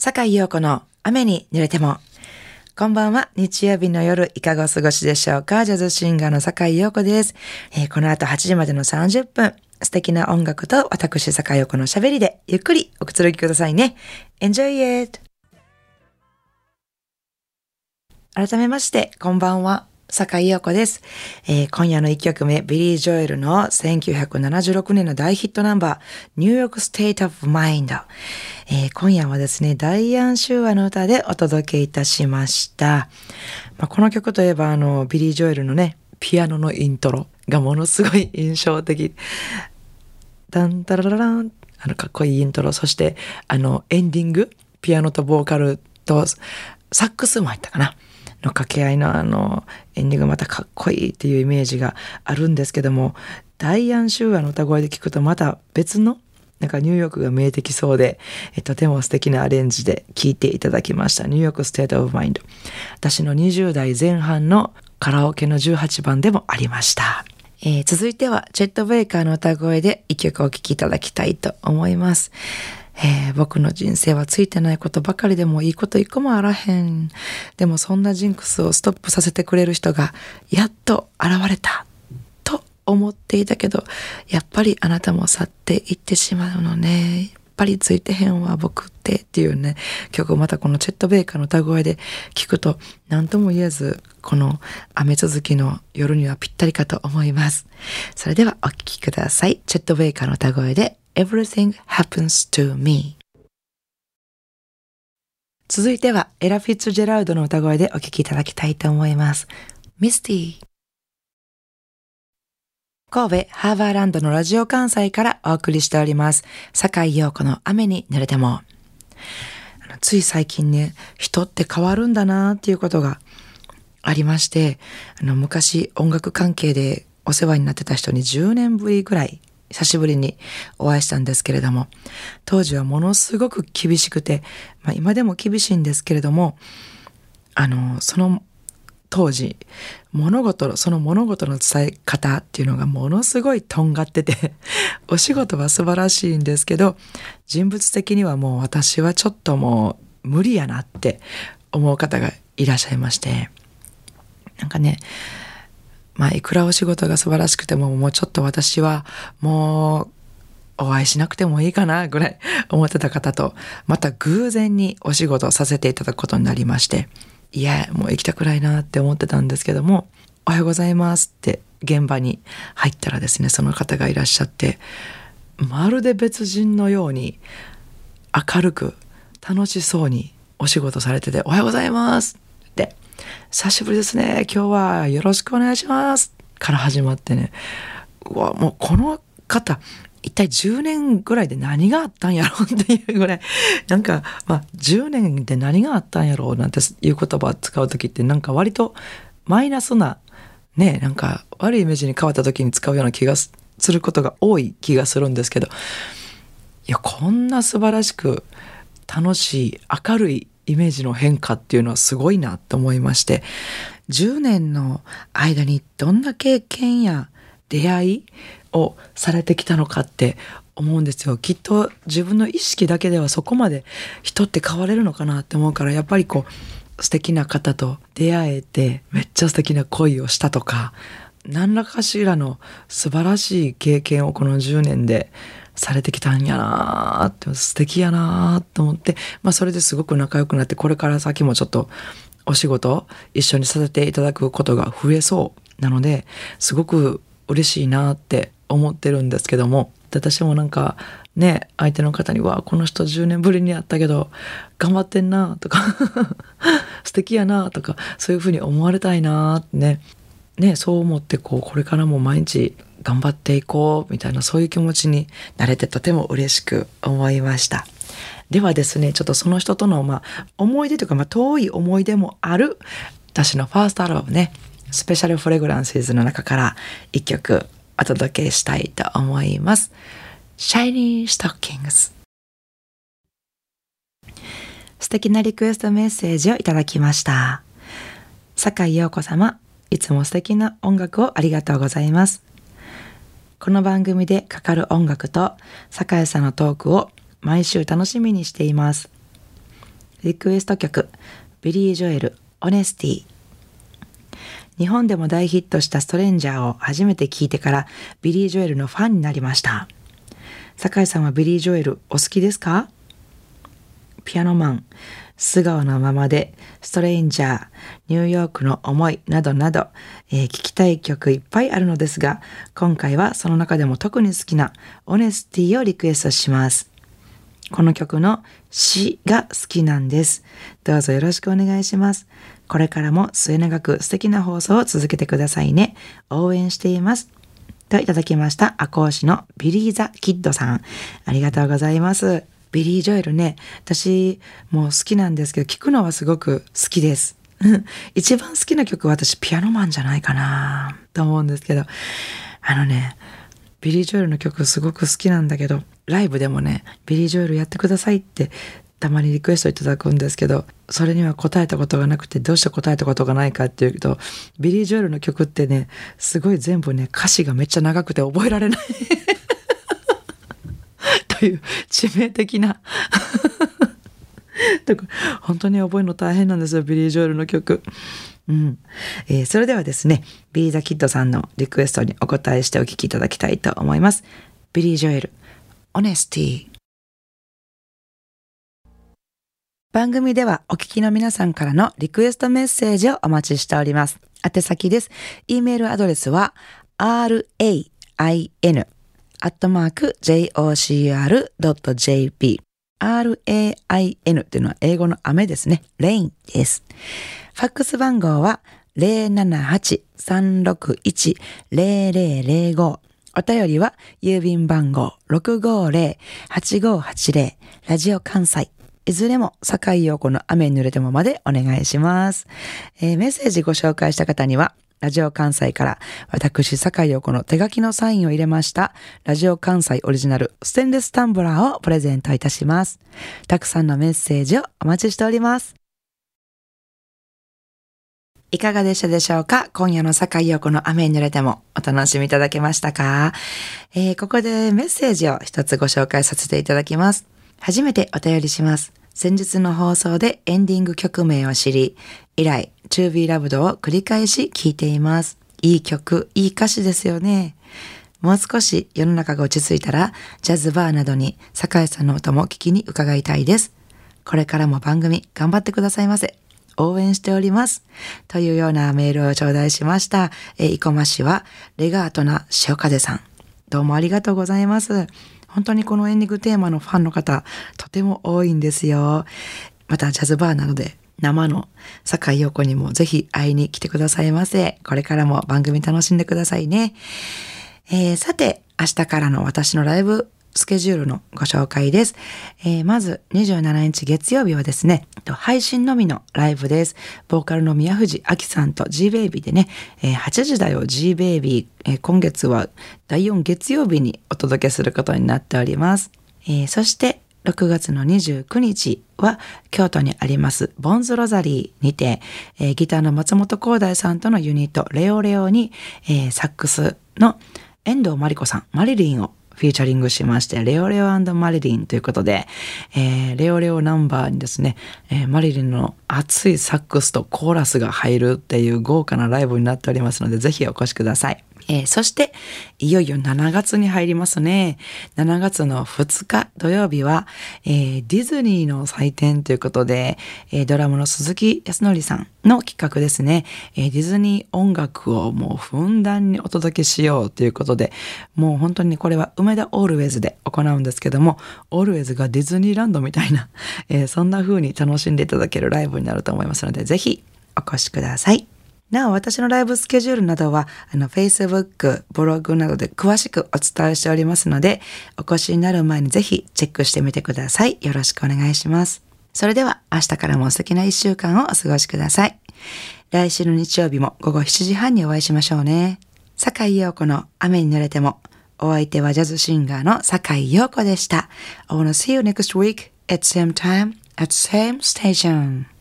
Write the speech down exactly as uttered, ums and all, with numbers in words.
坂井陽子の雨に濡れても。こんばんは。日曜日の夜いかがお過ごしでしょうか。ジャズシンガーの坂井陽子です、えー、この後はちじまでのさんじゅっぷん、素敵な音楽と私坂井陽子のしゃべりでゆっくりおくつろぎくださいね。 Enjoy it。 改めましてこんばんは、坂井陽子です、えー、今夜のいっきょくめ、ビリー・ジョエルのせんきゅうひゃくななじゅうろくねんの大ヒットナンバー、ニューヨークステートオブマインド。えー、今夜はですね、ダイアン・シューアの歌でお届けいたしました。まあ、この曲といえばあのビリー・ジョエルのね、ピアノのイントロがものすごい印象的。ダンタラララン、あのかっこいいイントロ、そしてあのエンディング、ピアノとボーカルとサックスも入ったかなの掛け合いのあのエンディングまたかっこいいっていうイメージがあるんですけども、ダイアン・シューアの歌声で聞くとまた別のなんかニューヨークが見えてきそうで、えとても素敵なアレンジで聴いていただきました。ニューヨークステートオブマインド。私のにじゅう代前半のカラオケのじゅうはちばんでもありました。えー、続いてはチェット・ベイカーの歌声で一曲お聴きいただきたいと思います。えー、僕の人生はついてないことばかりでもいいこと一個もあらへん。でもそんなジンクスをストップさせてくれる人がやっと現れたと思っていたけど、やっぱりあなたも去っていってしまうのね。やっぱりついてへんわ僕ってっていうね、曲をまたこのチェット・ベイカーの歌声で聞くと何とも言えず、この雨続きの夜にはぴったりかと思います。それではお聴きください。チェット・ベイカーの歌声でEverything happens to me。 続いてはエラ・フィッツジェラルドの歌声でお聴きいただきたいと思います。ミスティ。神戸ハーバーランドのラジオ関西からお送りしております坂井陽子の雨に濡れても。あのつい最近ね、人って変わるんだなっていうことがありまして、あの昔音楽関係でお世話になってた人にじゅうねんぶりぐらい久しぶりにお会いしたんですけれども、当時はものすごく厳しくて、まあ、今でも厳しいんですけれども、あのその当時物事のその物事の伝え方っていうのがものすごいとんがっててお仕事は素晴らしいんですけど、人物的にはもう私はちょっともう無理やなって思う方がいらっしゃいまして、なんかね、まあいくらお仕事が素晴らしくてももうちょっと私はもうお会いしなくてもいいかなぐらい思ってた方とまた偶然にお仕事をさせていただくことになりまして、いやもう行きたくないなって思ってたんですけども、おはようございますって現場に入ったらですね、その方がいらっしゃって、まるで別人のように明るく楽しそうにお仕事されてて、おはようございますって久しぶりですね、今日はよろしくお願いしますから始まってね、うわもうこの方一体じゅうねんぐらいで何があったんやろうっていうぐらい、なんか、まあ、じゅうねんで何があったんやろうなんていう言葉を使う時ってなんか割とマイナスなね、なんか悪いイメージに変わった時に使うような気がすることが多い気がするんですけど、いやこんな素晴らしく楽しい明るいイメージの変化っていうのはすごいなと思いまして、じゅうねんの間にどんな経験や出会いをされてきたのかって思うんですよ。きっと自分の意識だけではそこまで人って変われるのかなって思うから、やっぱりこう素敵な方と出会えてめっちゃ素敵な恋をしたとか、何らかしらの素晴らしい経験をこのじゅうねんでされてきたんやなーって、素敵やなーと思って、まあそれですごく仲良くなって、これから先もちょっとお仕事一緒にさせていただくことが増えそうなので、すごく嬉しいなって思ってるんですけども、私もなんかね、相手の方にはこの人じゅうねんぶりに会ったけど頑張ってんなとか素敵やなとか、そういうふうに思われたいなってねね、そう思ってこうこれからも毎日頑張っていこうみたいな、そういう気持ちになれてとても嬉しく思いました。ではですね、ちょっとその人とのまあ思い出というか、まあ遠い思い出もある私のファーストアルバムね、スペシャルフレグランシーズの中から一曲お届けしたいと思います。 Shiny Stockings。 素敵なリクエストメッセージをいただきました。坂井陽子様、いつも素敵な音楽をありがとうございます。この番組でかかる音楽と坂井さんのトークを毎週楽しみにしています。 リクエスト曲、ビリー・ジョエル、オネスティ。日本でも大ヒットしたストレンジャーを初めて聴いてからビリー・ジョエルのファンになりました。酒井さんはビリー・ジョエルお好きですか？ピアノマン、素顔のままで、ストレンジャー、ニューヨークの思いなどなど、えー、聴きたい曲いっぱいあるのですが、今回はその中でも特に好きなオネスティをリクエストします。この曲の詩が好きなんです。どうぞよろしくお願いします。これからも末永く素敵な放送を続けてくださいね。応援しています。といただきました。赤穂市のビリー・ザ・キッドさん。ありがとうございます。ビリー・ジョエルね、私もう好きなんですけど、聞くのはすごく好きです。一番好きな曲は私ピアノマンじゃないかなと思うんですけど、あのね、ビリー・ジョエルの曲すごく好きなんだけど、ライブでもね、ビリー・ジョエルやってくださいってたまにリクエストいただくんですけど、それには答えたことがなくて、どうして答えたことがないかっていうと、ビリー・ジョエルの曲ってね、すごい全部ね、歌詞がめっちゃ長くて覚えられないという致命的な本当に覚えるの大変なんですよ、ビリー・ジョエルの曲。うんえー、それではですね、ビリー・ザ・キッドさんのリクエストにお答えしてお聴きいただきたいと思います。ビリー・ジョエル、オネスティ。番組ではお聞きの皆さんからのリクエストメッセージをお待ちしております。宛先です。e メールアドレスは ライン アットマーク ジェイオーシーアールドットジェーピー ライン っていうのは英語の雨ですね。レインです。ファックス番号は ゼロななはち さんろくいち ゼロゼロゼロご。お便りは郵便番号 ろくごーぜろ はちごはちぜろ ラジオ関西。いずれも酒井陽子の雨に濡れてもまでお願いします。えー、メッセージご紹介した方にはラジオ関西から私酒井陽子の手書きのサインを入れましたラジオ関西オリジナルステンレスタンブラーをプレゼントいたします。たくさんのメッセージをお待ちしております。いかがでしたでしょうか？今夜の酒井陽子の雨に濡れてもお楽しみいただけましたか？えー、ここでメッセージを一つご紹介させていただきます。初めてお便りします。先日の放送でエンディング曲名を知り、以来 To Be Loved を繰り返し聴いています。いい曲、いい歌詞ですよね。もう少し世の中が落ち着いたら、ジャズバーなどに酒井さんの歌も聞きに伺いたいです。これからも番組頑張ってくださいませ。応援しております。というようなメールを頂戴しました。えー、生駒市はレガートな潮風さん。どうもありがとうございます。本当にこのエンディングテーマのファンの方、とても多いんですよ。またジャズバーなどで生の酒井陽子にもぜひ会いに来てくださいませ。これからも番組楽しんでくださいね。えー、さて、明日からの私のライブスケジュールのご紹介です。えー、まずにじゅうしちにち月曜日はですね、配信のみのライブです。ボーカルの宮藤明さんと G ベイビーでね、えー、はちじだよ G ベイビー、えー、今月はだいよん月曜日にお届けすることになっております。えー、そしてろくがつのにじゅうくにちは京都にありますボンズロザリーにて、えー、ギターの松本光大さんとのユニットレオレオに、えー、サックスの遠藤真理子さん、マリリンをフィーチャリングしまして、レオレオ&マリリンということで、えー、レオレオナンバーにですね、えー、マリリンの熱いサックスとコーラスが入るっていう豪華なライブになっておりますので、ぜひお越しください。えー、そしていよいよしちがつに入りますね。しちがつのふつか土曜日は、えー、ディズニーの祭典ということで、えー、ドラムの鈴木康則さんの企画ですね、えー、ディズニー音楽をもうふんだんにお届けしようということで、もう本当にこれは梅田オールウェイズで行うんですけども、オールウェイズがディズニーランドみたいな、えー、そんな風に楽しんでいただけるライブになると思いますので、ぜひお越しください。なお、私のライブスケジュールなどは、あの、Facebook、ブログなどで詳しくお伝えしておりますので、お越しになる前にぜひチェックしてみてください。よろしくお願いします。それでは、明日からも素敵な一週間をお過ごしください。来週の日曜日も午後しちじはんにお会いしましょうね。酒井陽子の雨に濡れても、お相手はジャズシンガーの酒井陽子でした。I wanna see you next week at same time at same station.